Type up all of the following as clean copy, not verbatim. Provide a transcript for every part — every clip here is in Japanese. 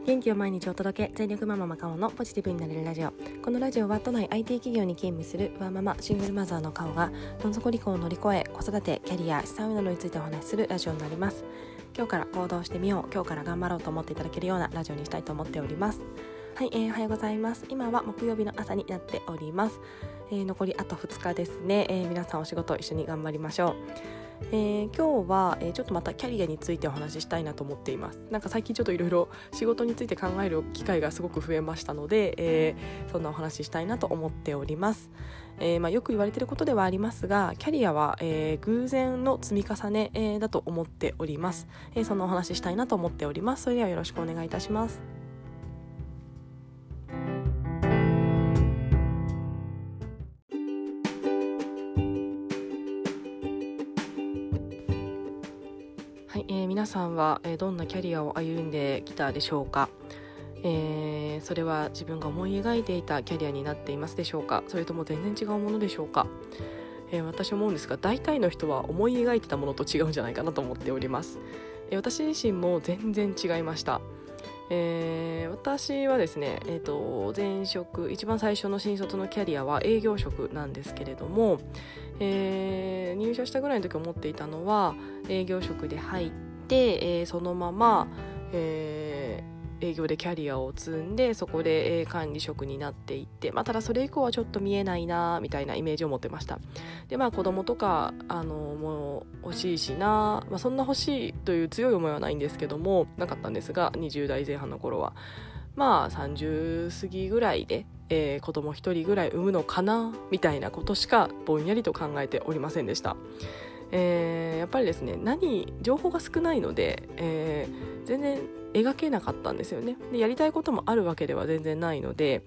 元気を毎日お届け、全力マママカオのポジティブになれるラジオ。このラジオは都内 IT 企業に勤務するワーママシングルマザーのカオがどん底離婚を乗り越え、子育て、キャリア、資産運などについてお話しするラジオになります。今日から行動してみよう、今日から頑張ろうと思っていただけるようなラジオにしたいと思っております。はい、おはようございます。今は木曜日の朝になっております。残りあと2日ですね。皆さんお仕事一緒に頑張りましょう。今日は、ちょっとまたキャリアについてお話ししたいなと思っています。なんか最近ちょっといろいろ仕事について考える機会がすごく増えましたので、そんなお話ししたいなと思っております。よく言われていることではありますが、キャリアは、偶然の積み重ね、だと思っております。そんなお話ししたいなと思っております。それではよろしくお願いいたします。はい、皆さんは、どんなキャリアを歩んできたでしょうか。それは自分が思い描いていたキャリアになっていますでしょうか。それとも全然違うものでしょうか。私思うんですが、大体の人は思い描いてたものと違うんじゃないかなと思っております。私自身も全然違いました。私はですね、前職一番最初の新卒のキャリアは営業職なんですけれども、入社したぐらいの時思っていたのは、営業職で入って、そのまま、営業でキャリアを積んで、そこで、管理職になっていって、ただそれ以降はちょっと見えないなみたいなイメージを持ってました。で子供とかもう欲しいしな、そんな欲しいという強い思いはないんですけども、なかったんですが、20代前半の頃は30過ぎぐらいで、子供一人ぐらい産むのかなみたいなことしかぼんやりと考えておりませんでした。やっぱりですね、情報が少ないので、全然描けなかったんですよね。でやりたいこともあるわけでは全然ないので、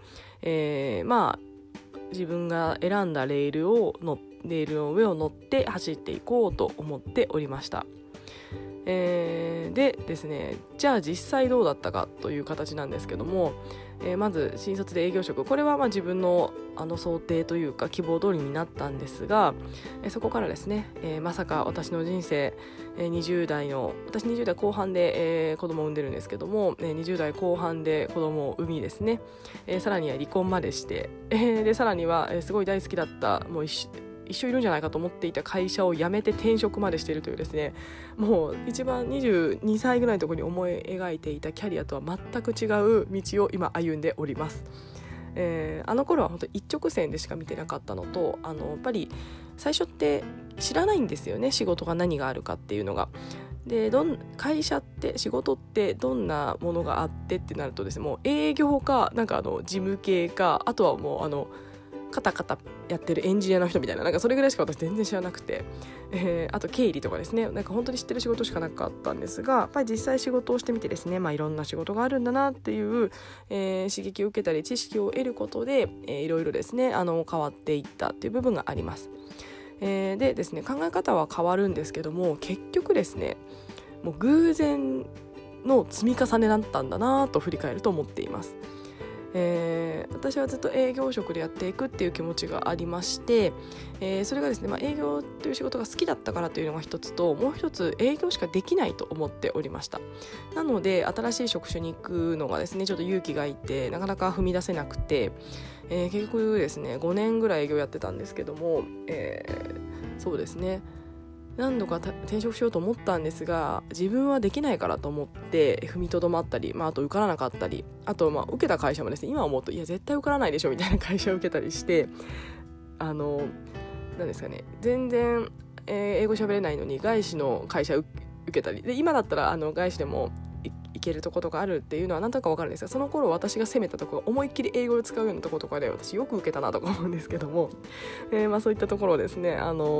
自分が選んだレールの上を乗って走っていこうと思っておりました。でですね、じゃあ実際どうだったかという形なんですけども、まず新卒で営業職、これは自分の想定というか希望通りになったんですが、そこからですね、まさか私の人生、私20代後半で、子供を産んでるんですけども、20代後半で子供を産みですね、さらには離婚までして、でさらには、すごい大好きだった一生いるんじゃないかと思っていた会社を辞めて転職までしているというですね、もう一番22歳ぐらいのところに思い描いていたキャリアとは全く違う道を今歩んでおります。あの頃は本当一直線でしか見てなかったのと、やっぱり最初って知らないんですよね、仕事が何があるかっていうのが。で会社って仕事ってどんなものがあってってなるとですね、もう営業か事務系か、あとはもうカタカタやってるエンジニアの人みたいな、それぐらいしか私全然知らなくて、あと経理とかですね、本当に知ってる仕事しかなかったんですが、やっぱり実際仕事をしてみてですね、いろんな仕事があるんだなっていう、刺激を受けたり知識を得ることで、いろいろですね変わっていったっていう部分があります。でですね、考え方は変わるんですけども、結局ですね、もう偶然の積み重ねだったんだなと振り返ると思っています。私はずっと営業職でやっていくっていう気持ちがありまして、それがですね、営業という仕事が好きだったからというのが一つと、もう一つ営業しかできないと思っておりました。なので新しい職種に行くのがですね、ちょっと勇気がいってなかなか踏み出せなくて、結局ですね5年ぐらい営業やってたんですけども、そうですね、何度か転職しようと思ったんですが、自分はできないからと思って踏みとどまったり、あと受からなかったり、あと受けた会社もですね、今思うと絶対受からないでしょみたいな会社を受けたりして、何ですかね、全然、英語喋れないのに外資の会社受けたりで、今だったら外資でもいけるとことかあるっていうのは何となく分かるんですが、その頃私が攻めたところ、思いっきり英語を使うようなところとかで私よく受けたなとか思うんですけども、そういったところですね、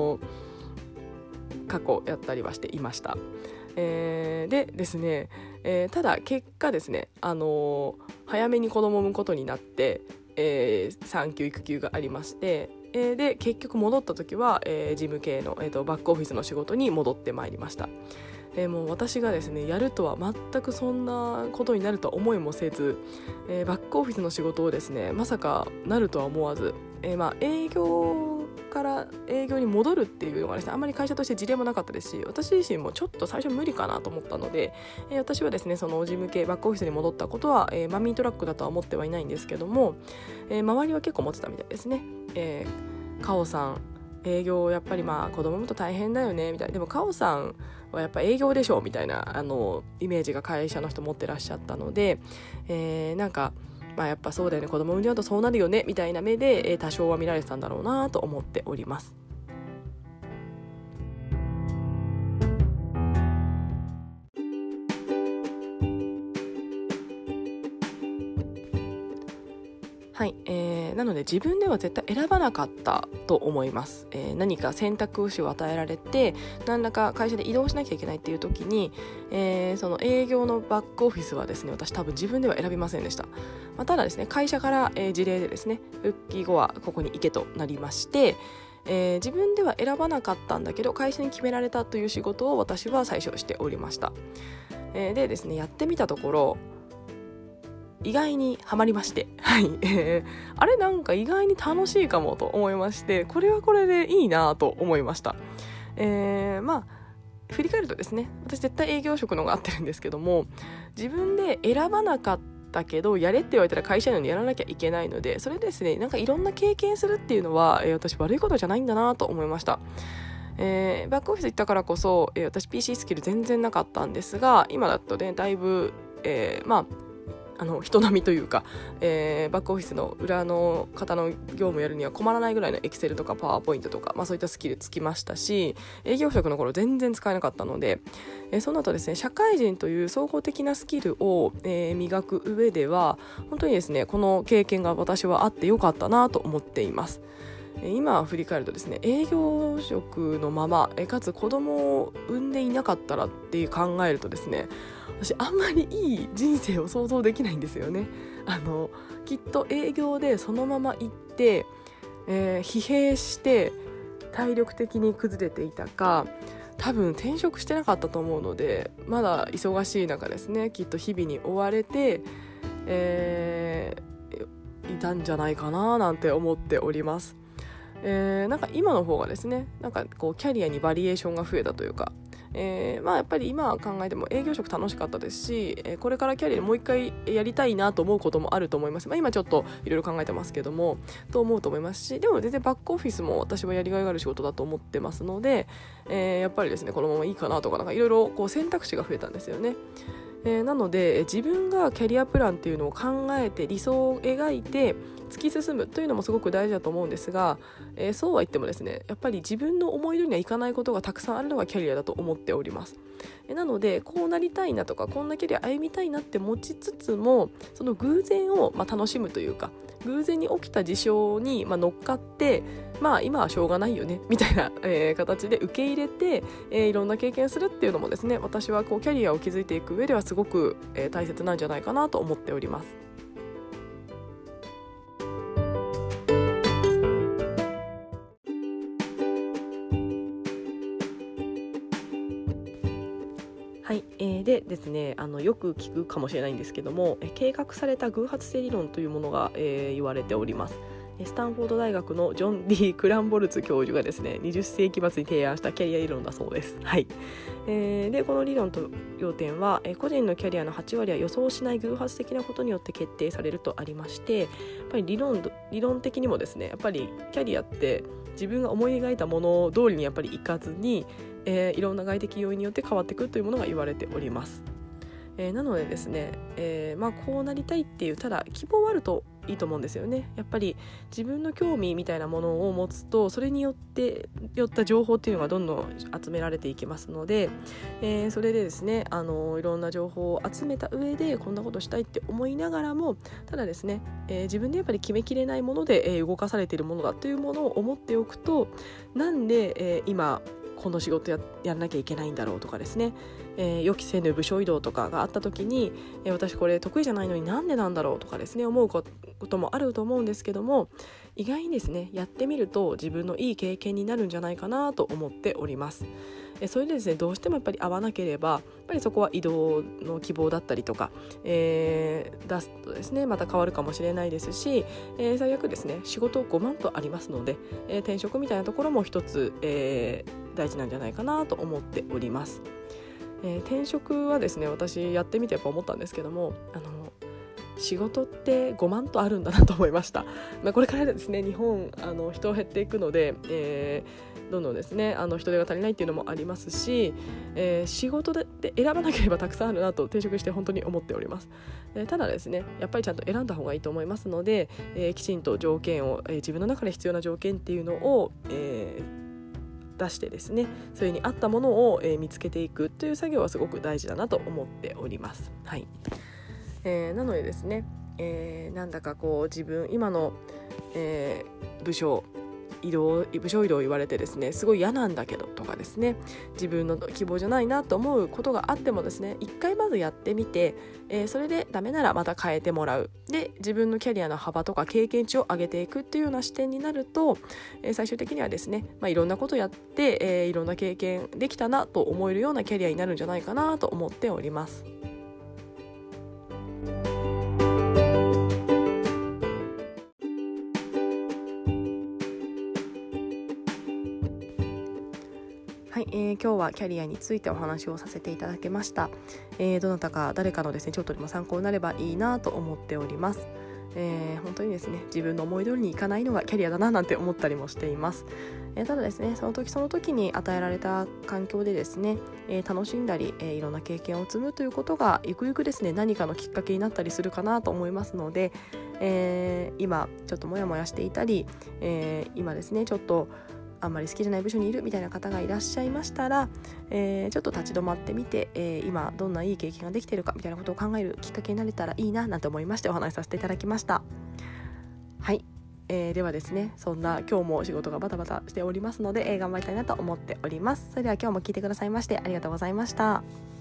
過去やったりはしていました。でですね、ただ結果ですね、早めに子供を産むことになって、産休育休がありまして、で結局戻った時は、事務系の、バックオフィスの仕事に戻ってまいりました。もう私がですねやるとは全くそんなことになるとは思いもせず、バックオフィスの仕事をですねまさかなるとは思わず、営業から営業に戻るっていうのがですね、あんまり会社として事例もなかったですし、私自身もちょっと最初無理かなと思ったので、私はですねその事務系バックオフィスに戻ったことは、マミートラックだとは思ってはいないんですけども、周りは結構思ってたみたいですね。カオさん営業やっぱり子供産むと大変だよねみたいな、でもカオさんはやっぱ営業でしょみたいなイメージが会社の人持ってらっしゃったので、なんかやっぱそうだよね、子供産んじゃうとそうなるよねみたいな目で、多少は見られてたんだろうなと思っております。はい、なので自分では絶対選ばなかったと思います。何か選択肢を与えられて何らか会社で移動しなきゃいけないっていう時に、その営業のバックオフィスはですね、私多分自分では選びませんでした。ただですね、会社から、事例でですね、復帰後はここに行けとなりまして、自分では選ばなかったんだけど会社に決められたという仕事を私は最初しておりました。でですね、やってみたところ意外にハマりまして、はい、あれなんか意外に楽しいかもと思いまして、これはこれでいいなと思いました。振り返るとですね、私絶対営業職の方が合ってるんですけども、自分で選ばなかったけどやれって言われたら会社員にやらなきゃいけないので、それですね、なんかいろんな経験するっていうのは、私悪いことじゃないんだなと思いました。バックオフィス行ったからこそ、私 PC スキル全然なかったんですが、今だとねだいぶ、人並みというか、バックオフィスの裏の方の業務をやるには困らないぐらいのエクセルとかパワーポイントとか、そういったスキルつきましたし、営業職の頃全然使えなかったので、その後ですね、社会人という総合的なスキルを、磨く上では本当にですね、この経験が私はあってよかったなと思っています。今振り返るとですね、営業職のままかつ子供を産んでいなかったらって考えるとですね、私あんまりいい人生を想像できないんですよね。きっと営業でそのまま行って、疲弊して体力的に崩れていたか、多分転職してなかったと思うので、まだ忙しい中ですね、きっと日々に追われて、いたんじゃないかななんて思っております。なんか今の方がですね、なんかこうキャリアにバリエーションが増えたというか、やっぱり今考えても営業職楽しかったですし、これからキャリアでもう一回やりたいなと思うこともあると思います。今ちょっといろいろ考えてますけどもと思うと思いますし、でも全然バックオフィスも私はやりがいがある仕事だと思ってますので、やっぱりですね、このままいいかなとか、なんかいろいろこう選択肢が増えたんですよね。なので自分がキャリアプランっていうのを考えて理想を描いて突き進むというのもすごく大事だと思うんですが、そうは言ってもですね、やっぱり自分の思い通りにはいかないことがたくさんあるのがキャリアだと思っております。なのでこうなりたいなとか、こんなキャリア歩みたいなって持ちつつも、その偶然を楽しむというか、偶然に起きた事象に乗っかって、今はしょうがないよねみたいな、形で受け入れて、いろんな経験するっていうのもですね、私はこうキャリアを築いていく上ではすごく、大切なんじゃないかなと思っております。はい、でですね、よく聞くかもしれないんですけども、計画された偶発性理論というものが、言われております。スタンフォード大学のジョン・ディ・クランボルツ教授がですね、20世紀末に提案したキャリア理論だそうです。はい。でこの理論と要点は、個人のキャリアの8割は予想しない偶発的なことによって決定されるとありまして、やっぱり理論的にもですね、やっぱりキャリアって自分が思い描いたもの通りにやっぱりいかずに、いろんな外的要因によって変わってくるというものが言われております。なのでですね、こうなりたいっていうただ希望はあるといいと思うんですよね。やっぱり自分の興味みたいなものを持つと、それによった情報っていうのがどんどん集められていきますので、それでですね、いろんな情報を集めた上でこんなことしたいって思いながらも、ただですね、自分でやっぱり決めきれないもので、動かされているものだというものを思っておくと、なんで、今この仕事やらなきゃいけないんだろうとかですね、予期せぬ部署移動とかがあった時に、私これ得意じゃないのになんでなんだろうとかですね、思うこともあると思うんですけども、意外にですね、やってみると自分のいい経験になるんじゃないかなと思っております。 それでですねどうしてもやっぱり合わなければやっぱりそこは移動の希望だったりとか、出すとですねまた変わるかもしれないですし、最悪ですね仕事5万とありますので、転職みたいなところも一つ、大事なんじゃないかなと思っております。転職はですね私やってみてやっぱ思ったんですけども、仕事って5万とあるんだなと思いました。これからですね日本人減っていくので、どんどんですね人手が足りないっていうのもありますし、仕事で選ばなければたくさんあるなと転職して本当に思っております。ただですねやっぱりちゃんと選んだ方がいいと思いますので、きちんと条件を、自分の中で必要な条件っていうのを、出してですねそれに合ったものを、見つけていくという作業はすごく大事だなと思っております。はい。なのでですね、なんだかこう自分今の、部署移動言われてですねすごい嫌なんだけどとかですね自分の希望じゃないなと思うことがあってもですね一回まずやってみて、それでダメならまた変えてもらうで自分のキャリアの幅とか経験値を上げていくっていうような視点になると、最終的にはですね、いろんなことやって、いろんな経験できたなと思えるようなキャリアになるんじゃないかなと思っております。はい、今日はキャリアについてお話をさせていただきました。どなたか誰かのですねちょっとでも参考になればいいなと思っております。本当にですね自分の思い通りにいかないのがキャリアだななんて思ったりもしています。ただですねその時その時に与えられた環境でですね、楽しんだり、いろんな経験を積むということがゆくゆくですね何かのきっかけになったりするかなと思いますので、今ちょっとモヤモヤしていたり、今ですねちょっとあんまり好きじゃない部署にいるみたいな方がいらっしゃいましたら、ちょっと立ち止まってみて、今どんないい経験ができているかみたいなことを考えるきっかけになれたらいいななんて思いましてお話しさせていただきました。はい、ではですねそんな今日も仕事がバタバタしておりますので、頑張りたいなと思っております。それでは今日も聞いてくださいましてありがとうございました。